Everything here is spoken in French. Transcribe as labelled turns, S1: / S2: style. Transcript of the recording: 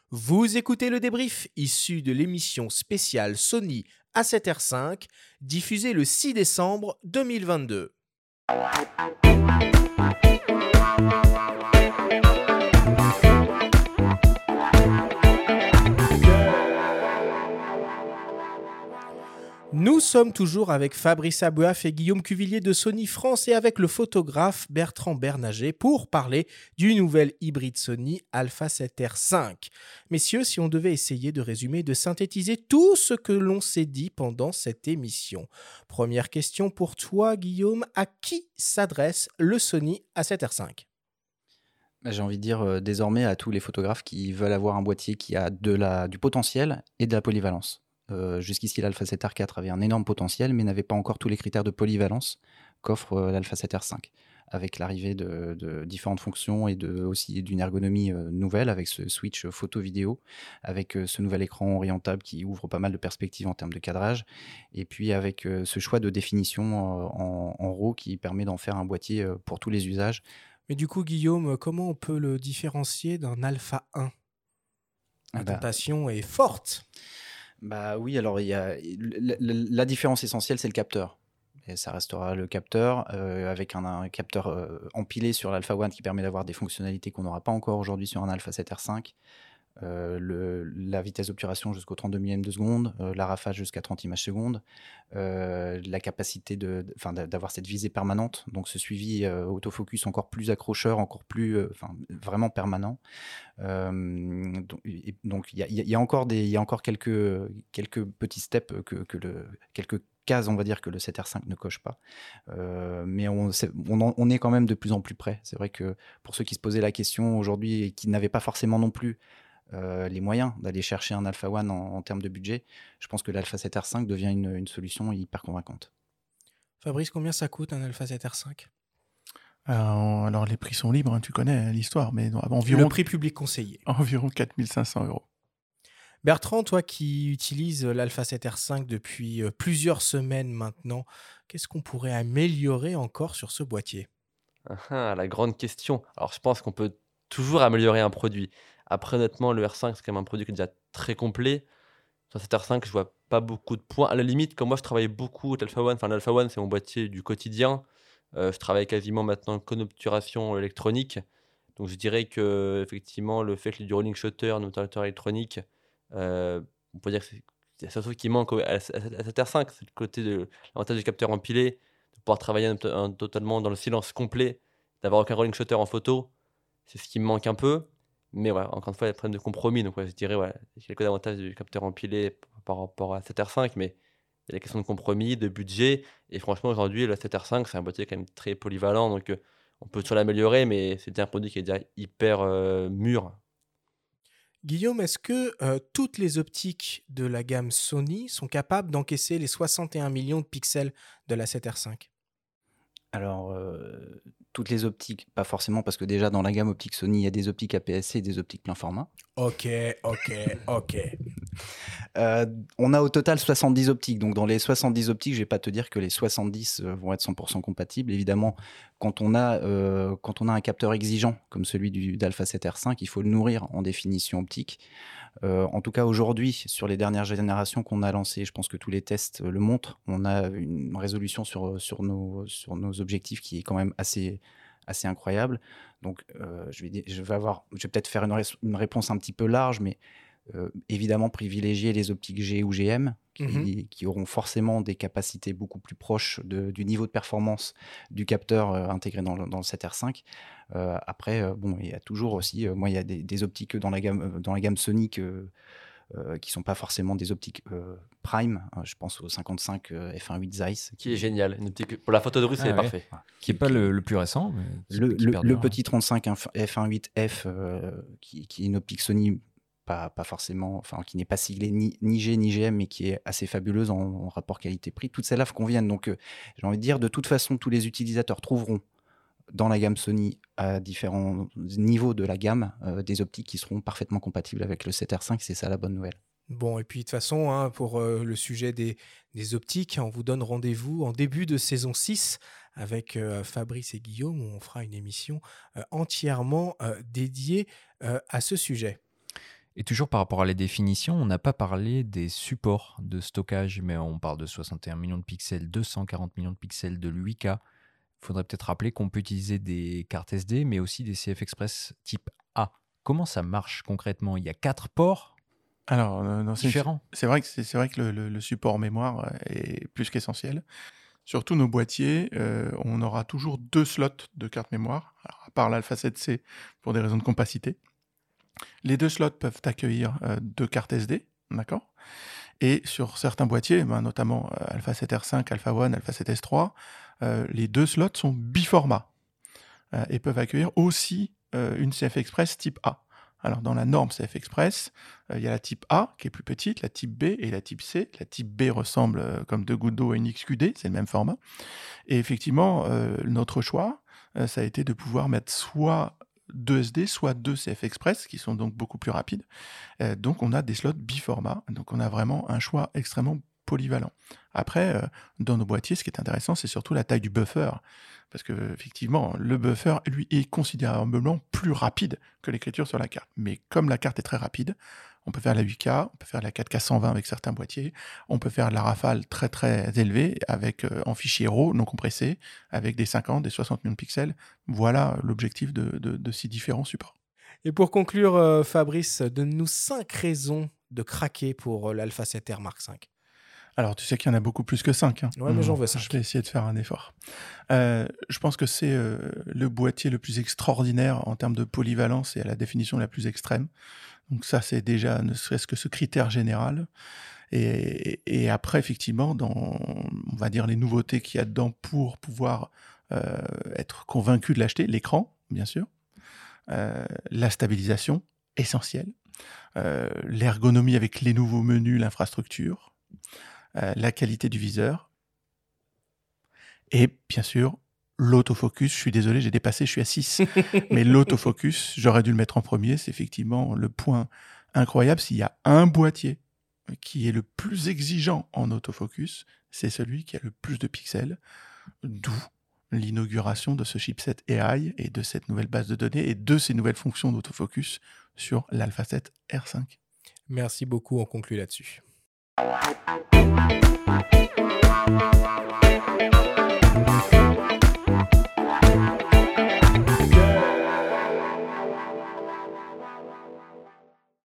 S1: Vous écoutez le débrief issu de l'émission spéciale Sony A7R5, diffusée le 6 décembre 2022. Nous sommes toujours avec Fabrice Abouaf et Guillaume Cuvillier de Sony France et avec le photographe Bertrand Bernager pour parler du nouvel hybride Sony Alpha 7R5. Messieurs, si on devait essayer de résumer, de synthétiser tout ce que l'on s'est dit pendant cette émission. Première question pour toi, Guillaume. À qui s'adresse le Sony A7R5 ?
S2: J'ai envie de dire désormais à tous les photographes qui veulent avoir un boîtier qui a du potentiel et de la polyvalence. Jusqu'ici, l'Alpha 7R4 avait un énorme potentiel, mais n'avait pas encore tous les critères de polyvalence qu'offre l'Alpha 7R5. Avec l'arrivée de différentes fonctions et aussi d'une ergonomie nouvelle, avec ce switch photo-vidéo, avec ce nouvel écran orientable qui ouvre pas mal de perspectives en termes de cadrage, et puis avec ce choix de définition en RAW qui permet d'en faire un boîtier pour tous les usages.
S1: Mais du coup, Guillaume, comment on peut le différencier d'un Alpha 1 ? La tentation est forte.
S2: Bah oui, alors la différence essentielle, c'est le capteur. Et ça restera le capteur avec un capteur empilé sur l'Alpha One qui permet d'avoir des fonctionnalités qu'on n'aura pas encore aujourd'hui sur un Alpha 7R5. La vitesse d'obturation jusqu'au 32 millième de seconde, la rafale jusqu'à 30 images secondes, la capacité d'avoir cette visée permanente, donc ce suivi autofocus encore plus accrocheur, encore plus vraiment permanent. Donc il y a encore quelques petits steps quelques cases, on va dire, que le 7R5 ne coche pas. Mais on est quand même de plus en plus près. C'est vrai que pour ceux qui se posaient la question aujourd'hui et qui n'avaient pas forcément non plus les moyens d'aller chercher un Alpha One en termes de budget, je pense que l'Alpha 7R5 devient une solution hyper convaincante.
S1: Fabrice, combien ça coûte un Alpha 7R5 ?
S3: Alors les prix sont libres, hein, tu connais l'histoire, mais environ...
S1: Le prix public conseillé.
S3: Environ 4 500 €.
S1: Bertrand, toi qui utilises l'Alpha 7R5 depuis plusieurs semaines maintenant, qu'est-ce qu'on pourrait améliorer encore sur ce boîtier ?
S4: La grande question. Alors, je pense qu'on peut toujours améliorer un produit. Après, honnêtement, le R5, c'est quand même un produit qui est déjà très complet. Sur cet R5, je vois pas beaucoup de points. À la limite, comme moi, je travaille beaucoup avec l'Alpha One. Enfin, l'Alpha One, c'est mon boîtier du quotidien. Je travaille quasiment maintenant qu'en obturation électronique. Donc, je dirais que effectivement, le fait qu'il y ait du rolling shutter, un obturateur électronique, on peut dire que c'est la seule chose qui manque à cet R5. C'est le côté de l'avantage du capteur empilé, de pouvoir travailler totalement dans le silence complet, d'avoir aucun rolling shutter en photo. C'est ce qui me manque un peu. Mais voilà, encore une fois, il y a des problèmes de compromis. Donc, je dirais, il y a quelques avantages du capteur empilé par rapport à 7R5, mais il y a des questions de compromis, de budget. Et franchement, aujourd'hui, le 7R5, c'est un boîtier quand même très polyvalent. Donc, on peut toujours l'améliorer, mais c'est déjà un produit qui est déjà hyper mûr.
S1: Guillaume, est-ce que toutes les optiques de la gamme Sony sont capables d'encaisser les 61 millions de pixels de la 7R5 ?
S2: Alors, toutes les optiques, pas forcément, parce que déjà dans la gamme optique Sony, il y a des optiques APS-C et des optiques plein format.
S1: Ok.
S2: On a au total 70 optiques. Donc, dans les 70 optiques, je ne vais pas te dire que les 70 vont être 100% compatibles. Évidemment, quand on a un capteur exigeant comme celui d'Alpha 7R5, il faut le nourrir en définition optique. En tout cas, aujourd'hui, sur les dernières générations qu'on a lancées, je pense que tous les tests le montrent, on a une résolution sur nos objectifs qui est quand même assez incroyable. Donc, je vais peut-être faire une réponse un petit peu large, mais évidemment privilégier les optiques G ou GM qui auront forcément des capacités beaucoup plus proches du niveau de performance du capteur intégré dans le 7R5. Après, il y a toujours aussi, il y a des optiques dans la gamme Sony qui sont pas forcément des optiques prime. Je pense au 55 f1.8 Zeiss.
S4: Qui est génial. Une optique, pour la photo de rue, c'est parfait.
S5: Ouais. Qui n'est pas le plus récent. Mais
S2: le petit 35 f1.8f qui est une optique Sony pas forcément, qui n'est pas siglée ni G ni GM, mais qui est assez fabuleuse en rapport qualité-prix. Toutes celles-là conviennent. Donc, j'ai envie de dire, de toute façon, tous les utilisateurs trouveront dans la gamme Sony, à différents niveaux de la gamme, des optiques qui seront parfaitement compatibles avec le 7R5. C'est ça la bonne nouvelle.
S1: Bon, et puis de toute façon, pour le sujet des optiques, on vous donne rendez-vous en début de saison 6 avec Fabrice et Guillaume, où on fera une émission entièrement dédiée à ce sujet.
S5: Et toujours par rapport à les définitions, on n'a pas parlé des supports de stockage, mais on parle de 61 millions de pixels, 240 millions de pixels, de l'8K. Il faudrait peut-être rappeler qu'on peut utiliser des cartes SD, mais aussi des CF Express type A. Comment ça marche concrètement ? Il y a 4 ports
S3: Alors,
S5: différents.
S3: c'est vrai que le support mémoire est plus qu'essentiel. Sur tous nos boîtiers, on aura toujours 2 slots de carte mémoire, alors, à part l'Alpha 7C pour des raisons de compacité. Les 2 slots peuvent accueillir 2 cartes SD, d'accord ? Et sur certains boîtiers, notamment Alpha 7R5, Alpha One, Alpha 7S3, les 2 slots sont biformat et peuvent accueillir aussi une CF Express type A. Alors, dans la norme CF Express, il y a la type A qui est plus petite, la type B et la type C. La type B ressemble comme 2 gouttes d'eau à une XQD, c'est le même format. Et effectivement, notre choix, ça a été de pouvoir mettre soit 2 SD, soit 2 CF Express, qui sont donc beaucoup plus rapides. Donc, on a des slots biformat. Donc, on a vraiment un choix extrêmement polyvalent. Après, dans nos boîtiers, ce qui est intéressant, c'est surtout la taille du buffer. Parce que, effectivement, le buffer, lui, est considérablement plus rapide que l'écriture sur la carte. Mais comme la carte est très rapide, on peut faire la 8K, on peut faire la 4K 120 avec certains boîtiers, on peut faire la rafale très très élevée avec en fichier RAW non compressé, avec des 50, des 60 millions de pixels. Voilà l'objectif de ces différents supports.
S1: Et pour conclure, Fabrice, donne-nous 5 raisons de craquer pour l'Alpha 7R Mark V.
S3: Alors, tu sais qu'il y en a beaucoup plus que 5.
S1: Ouais, mais j'en veux 5.
S3: Je vais essayer de faire un effort. Je pense que c'est le boîtier le plus extraordinaire en termes de polyvalence et à la définition la plus extrême. Donc ça, c'est déjà ne serait-ce que ce critère général. Et après, effectivement, dans, on va dire, les nouveautés qu'il y a dedans pour pouvoir être convaincu de l'acheter, l'écran, bien sûr, la stabilisation, essentielle, l'ergonomie avec les nouveaux menus, l'infrastructure, la qualité du viseur et bien sûr l'autofocus. Je suis désolé, j'ai dépassé, je suis à 6. Mais l'autofocus, j'aurais dû le mettre en premier. C'est effectivement le point incroyable. S'il y a un boîtier qui est le plus exigeant en autofocus, c'est celui qui a le plus de pixels, d'où l'inauguration de ce chipset AI et de cette nouvelle base de données et de ces nouvelles fonctions d'autofocus sur l'Alpha 7 R5.
S1: Merci beaucoup, on conclut là-dessus.